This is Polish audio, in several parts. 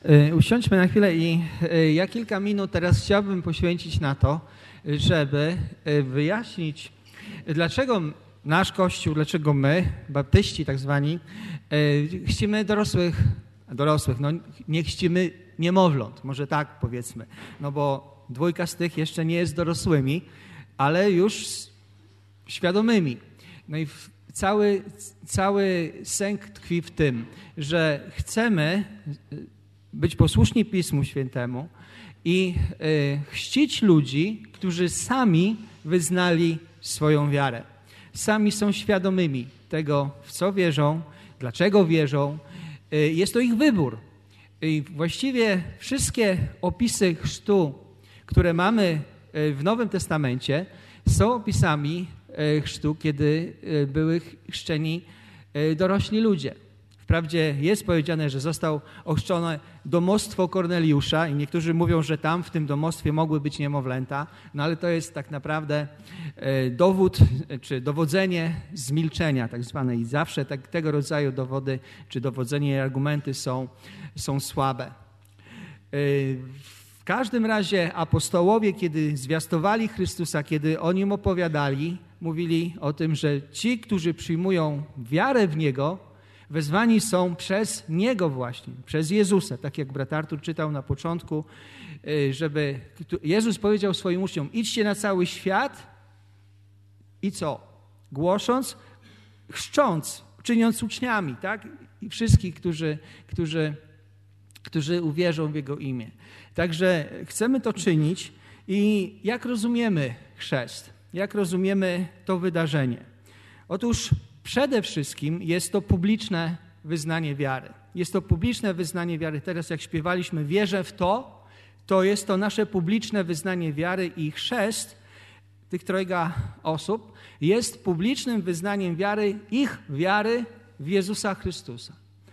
Usiądźmy na chwilę i ja kilka minut teraz chciałbym poświęcić na to, żeby wyjaśnić, dlaczego nasz Kościół, dlaczego my, baptyści tak zwani, chrzcimy dorosłych, no nie chrzcimy niemowląt, może tak powiedzmy, no bo dwójka z tych jeszcze nie jest dorosłymi, ale już świadomymi. No i cały sęk tkwi w tym, że chcemy być posłuszni Pismu Świętemu i chrzcić ludzi, którzy sami wyznali swoją wiarę. Sami są świadomymi tego, w co wierzą, dlaczego wierzą. Jest to ich wybór. I właściwie wszystkie opisy chrztu, które mamy w Nowym Testamencie, są opisami chrztu, kiedy były chrzczeni dorośli ludzie. Wprawdzie jest powiedziane, że został ochrzczone domostwo Korneliusza i niektórzy mówią, że tam w tym domostwie mogły być niemowlęta, no ale to jest tak naprawdę dowód czy dowodzenie z milczenia tak zwane i zawsze tego rodzaju dowody czy dowodzenie i argumenty są słabe. W każdym razie apostołowie, kiedy zwiastowali Chrystusa, kiedy o Nim opowiadali, mówili o tym, że ci, którzy przyjmują wiarę w Niego, wezwani są przez Niego właśnie, przez Jezusa. Tak jak brat Artur czytał na początku, żeby Jezus powiedział swoim uczniom, idźcie na cały świat i co? Głosząc, chrzcząc, czyniąc uczniami, tak? I wszystkich, którzy uwierzą w Jego imię. Także chcemy to czynić i jak rozumiemy chrzest? Jak rozumiemy to wydarzenie? Otóż przede wszystkim jest to publiczne wyznanie wiary. Jest to publiczne wyznanie wiary. Teraz jak śpiewaliśmy wierzę w to jest to nasze publiczne wyznanie wiary i chrzest tych trojga osób jest publicznym wyznaniem wiary, ich wiary w Jezusa Chrystusa.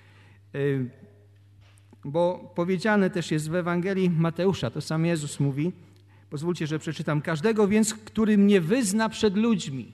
Bo powiedziane też jest w Ewangelii Mateusza, to sam Jezus mówi, pozwólcie, że przeczytam, każdego więc, który mnie wyzna przed ludźmi,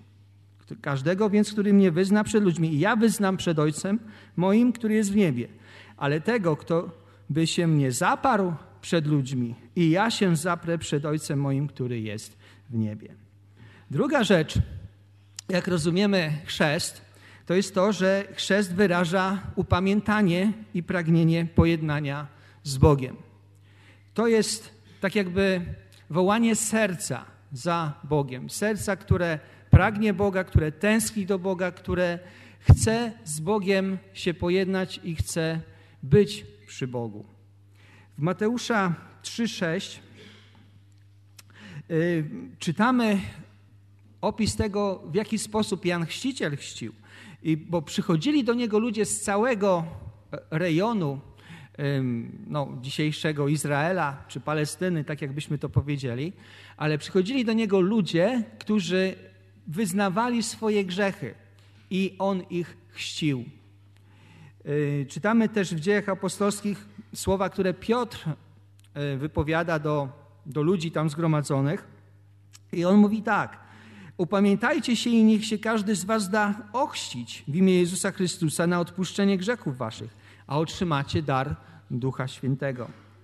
i ja wyznam przed Ojcem moim, który jest w niebie. Ale tego, kto by się mnie zaparł przed ludźmi, i ja się zaprę przed Ojcem moim, który jest w niebie. Druga rzecz, jak rozumiemy chrzest, to jest to, że chrzest wyraża upamiętanie i pragnienie pojednania z Bogiem. To jest tak jakby wołanie serca za Bogiem. Serca, które pragnie Boga, które tęskni do Boga, które chce z Bogiem się pojednać i chce być przy Bogu. W Mateusza 3,6 czytamy opis tego, w jaki sposób Jan Chrzciciel chrzcił. Bo przychodzili do niego ludzie z całego rejonu dzisiejszego Izraela czy Palestyny, tak jakbyśmy to powiedzieli, ale przychodzili do niego ludzie, którzy wyznawali swoje grzechy i on ich chrzcił. Czytamy też w Dziejach Apostolskich słowa, które Piotr wypowiada do ludzi tam zgromadzonych i on mówi tak: upamiętajcie się i niech się każdy z was da ochrzcić w imię Jezusa Chrystusa na odpuszczenie grzechów waszych, a otrzymacie dar Ducha Świętego.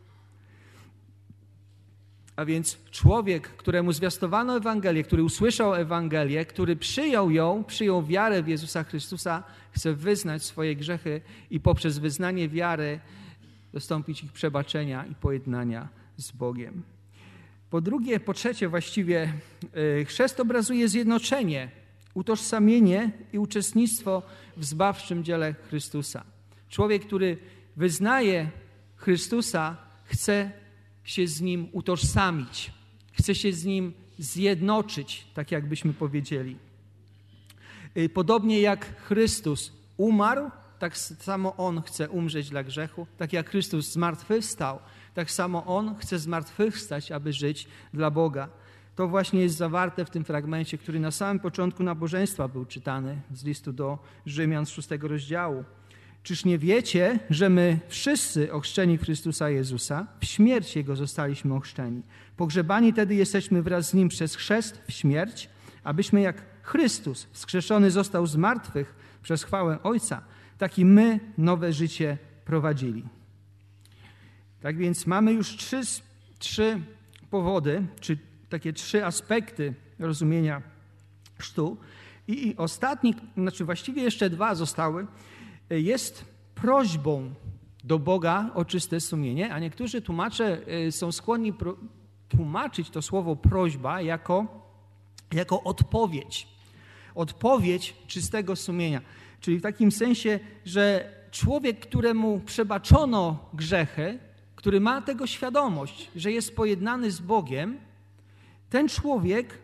A więc człowiek, któremu zwiastowano Ewangelię, który usłyszał Ewangelię, który przyjął wiarę w Jezusa Chrystusa, chce wyznać swoje grzechy i poprzez wyznanie wiary dostąpić ich przebaczenia i pojednania z Bogiem. Po trzecie właściwie chrzest obrazuje zjednoczenie, utożsamienie i uczestnictwo w zbawczym dziele Chrystusa. Człowiek, który wyznaje Chrystusa, chce się z Nim utożsamić, chce się z Nim zjednoczyć, tak jakbyśmy powiedzieli. Podobnie jak Chrystus umarł, tak samo On chce umrzeć dla grzechu, tak jak Chrystus zmartwychwstał, tak samo On chce zmartwychwstać, aby żyć dla Boga. To właśnie jest zawarte w tym fragmencie, który na samym początku nabożeństwa był czytany z listu do Rzymian z 6 rozdziału. Czyż nie wiecie, że my wszyscy ochrzczeni w Chrystusa Jezusa w śmierć Jego zostaliśmy ochrzczeni? Pogrzebani tedy jesteśmy wraz z Nim przez chrzest w śmierć, abyśmy jak Chrystus wskrzeszony został z martwych przez chwałę Ojca, tak i my nowe życie prowadzili. Tak więc mamy już trzy powody, czy takie trzy aspekty rozumienia chrztu. I ostatni, znaczy właściwie jeszcze dwa zostały, jest prośbą do Boga o czyste sumienie, a niektórzy tłumacze są skłonni tłumaczyć to słowo prośba jako odpowiedź. Odpowiedź czystego sumienia. Czyli w takim sensie, że człowiek, któremu przebaczono grzechy, który ma tego świadomość, że jest pojednany z Bogiem, ten człowiek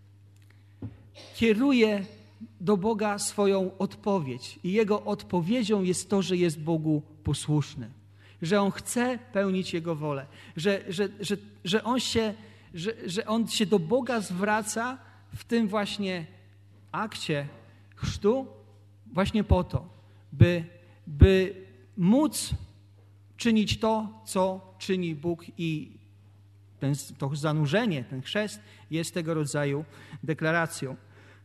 kieruje do Boga swoją odpowiedź. I jego odpowiedzią jest to, że jest Bogu posłuszny. Że on chce pełnić Jego wolę. Że on się do Boga zwraca w tym właśnie akcie chrztu właśnie po to, by móc czynić to, co czyni Bóg i to zanurzenie, ten chrzest jest tego rodzaju deklaracją.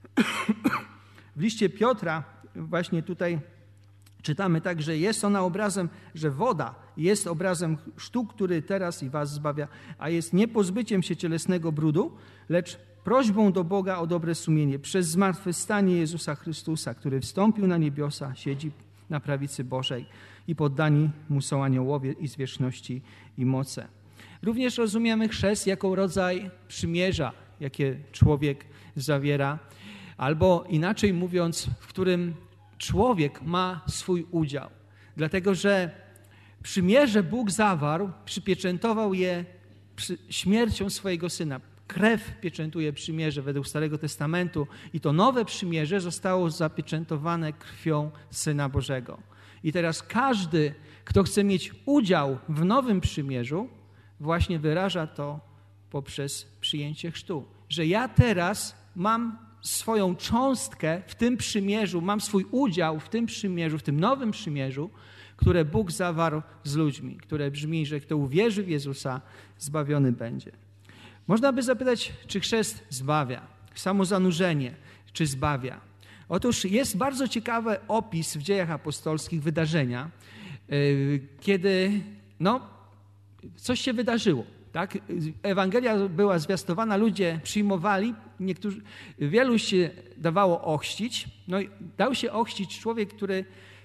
W liście Piotra właśnie tutaj czytamy tak, że jest ona obrazem, że woda jest obrazem chrztu, który teraz i was zbawia, a jest nie pozbyciem się cielesnego brudu, lecz prośbą do Boga o dobre sumienie przez zmartwychwstanie Jezusa Chrystusa, który wstąpił na niebiosa, siedzi na prawicy Bożej i poddani mu są aniołowie i zwierzchności i moce. Również rozumiemy chrzest jako rodzaj przymierza, jakie człowiek zawiera, albo inaczej mówiąc, w którym człowiek ma swój udział. Dlatego, że przymierze Bóg zawarł, przypieczętował je śmiercią swojego Syna. Krew pieczętuje przymierze według Starego Testamentu i to nowe przymierze zostało zapieczętowane krwią Syna Bożego. I teraz każdy, kto chce mieć udział w nowym przymierzu, właśnie wyraża to poprzez przyjęcie chrztu. Że ja teraz mam swoją cząstkę w tym przymierzu, mam swój udział w tym przymierzu, w tym nowym przymierzu, które Bóg zawarł z ludźmi, które brzmi, że kto uwierzy w Jezusa, zbawiony będzie. Można by zapytać, czy chrzest zbawia? Samo zanurzenie, czy zbawia? Otóż jest bardzo ciekawy opis w Dziejach Apostolskich wydarzenia, kiedy coś się wydarzyło. Tak? Ewangelia była zwiastowana, ludzie przyjmowali, wielu się dawało ochrzcić. No i dał się ochrzcić człowiek, który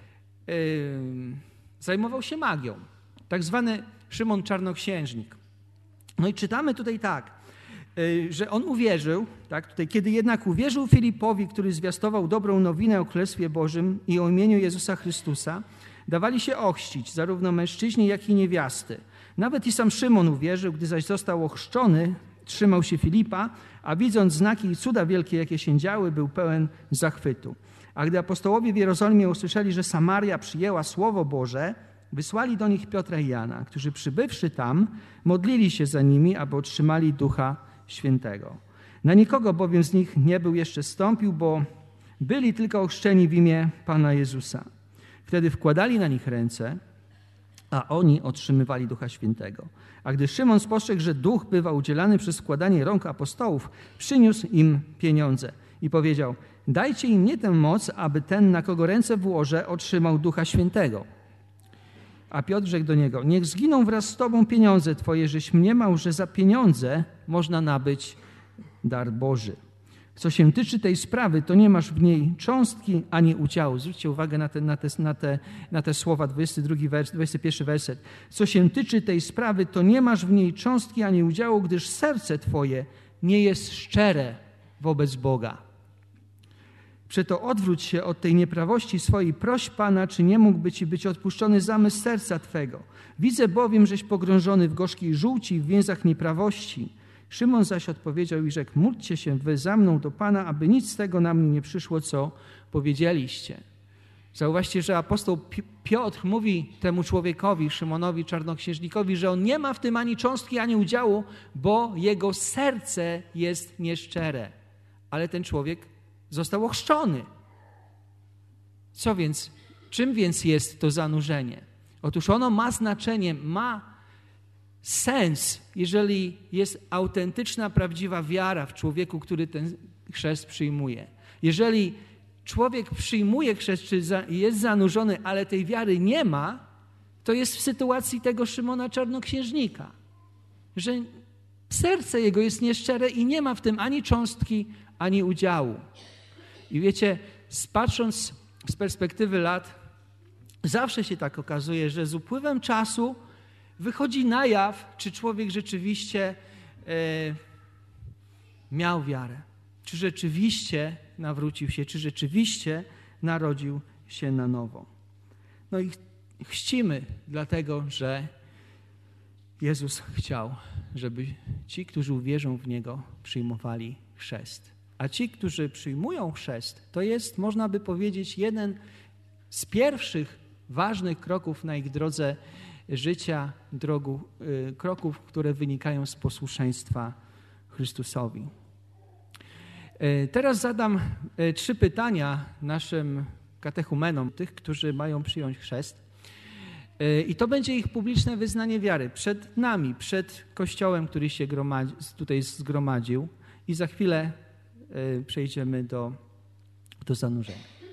zajmował się magią, tak zwany Szymon Czarnoksiężnik. No i czytamy tutaj tak, że on uwierzył, tak, tutaj, kiedy jednak uwierzył Filipowi, który zwiastował dobrą nowinę o Królestwie Bożym i o imieniu Jezusa Chrystusa, dawali się ochrzcić, zarówno mężczyźni, jak i niewiasty. Nawet i sam Szymon uwierzył, gdy zaś został ochrzczony, trzymał się Filipa, a widząc znaki i cuda wielkie, jakie się działy, był pełen zachwytu. A gdy apostołowie w Jerozolimie usłyszeli, że Samaria przyjęła Słowo Boże, wysłali do nich Piotra i Jana, którzy przybywszy tam, modlili się za nimi, aby otrzymali Ducha Świętego. Na nikogo bowiem z nich nie był jeszcze zstąpił, bo byli tylko ochrzczeni w imię Pana Jezusa. Wtedy wkładali na nich ręce, a oni otrzymywali Ducha Świętego. A gdy Szymon spostrzegł, że Duch bywa udzielany przez wkładanie rąk apostołów, przyniósł im pieniądze i powiedział: dajcie im nie tę moc, aby ten, na kogo ręce włożę, otrzymał Ducha Świętego. A Piotr rzekł do niego: niech zginą wraz z tobą pieniądze twoje, żeś mniemał, że za pieniądze można nabyć dar Boży. Co się tyczy tej sprawy, to nie masz w niej cząstki ani udziału. Zwróćcie uwagę na te słowa, 21 werset. Co się tyczy tej sprawy, to nie masz w niej cząstki ani udziału, gdyż serce twoje nie jest szczere wobec Boga. Przeto odwróć się od tej nieprawości swojej, proś Pana, czy nie mógłby ci być odpuszczony zamysł serca twego. Widzę bowiem, żeś pogrążony w gorzkiej żółci i w więzach nieprawości. Szymon zaś odpowiedział i rzekł: módlcie się wy za mną do Pana, aby nic z tego na mnie nie przyszło, co powiedzieliście. Zauważcie, że apostoł Piotr mówi temu człowiekowi, Szymonowi Czarnoksiężnikowi, że on nie ma w tym ani cząstki, ani udziału, bo jego serce jest nieszczere. Ale ten człowiek został ochrzczony. Czym więc jest to zanurzenie? Otóż ono ma znaczenie, ma sens, jeżeli jest autentyczna, prawdziwa wiara w człowieku, który ten chrzest przyjmuje. Jeżeli człowiek przyjmuje chrzest, czy jest zanurzony, ale tej wiary nie ma, to jest w sytuacji tego Szymona Czarnoksiężnika, że serce jego jest nieszczere i nie ma w tym ani cząstki, ani udziału. I wiecie, patrząc z perspektywy lat, zawsze się tak okazuje, że z upływem czasu wychodzi na jaw, czy człowiek rzeczywiście miał wiarę, czy rzeczywiście nawrócił się, czy rzeczywiście narodził się na nowo. No i chrzcimy dlatego, że Jezus chciał, żeby ci, którzy uwierzą w Niego, przyjmowali chrzest. A ci, którzy przyjmują chrzest, to jest, można by powiedzieć, jeden z pierwszych ważnych kroków na ich drodze życia, kroków, które wynikają z posłuszeństwa Chrystusowi. Teraz zadam 3 pytania naszym katechumenom, tych, którzy mają przyjąć chrzest. I to będzie ich publiczne wyznanie wiary przed nami, przed Kościołem, który się tutaj zgromadził. I za chwilę przejdziemy do zanurzenia.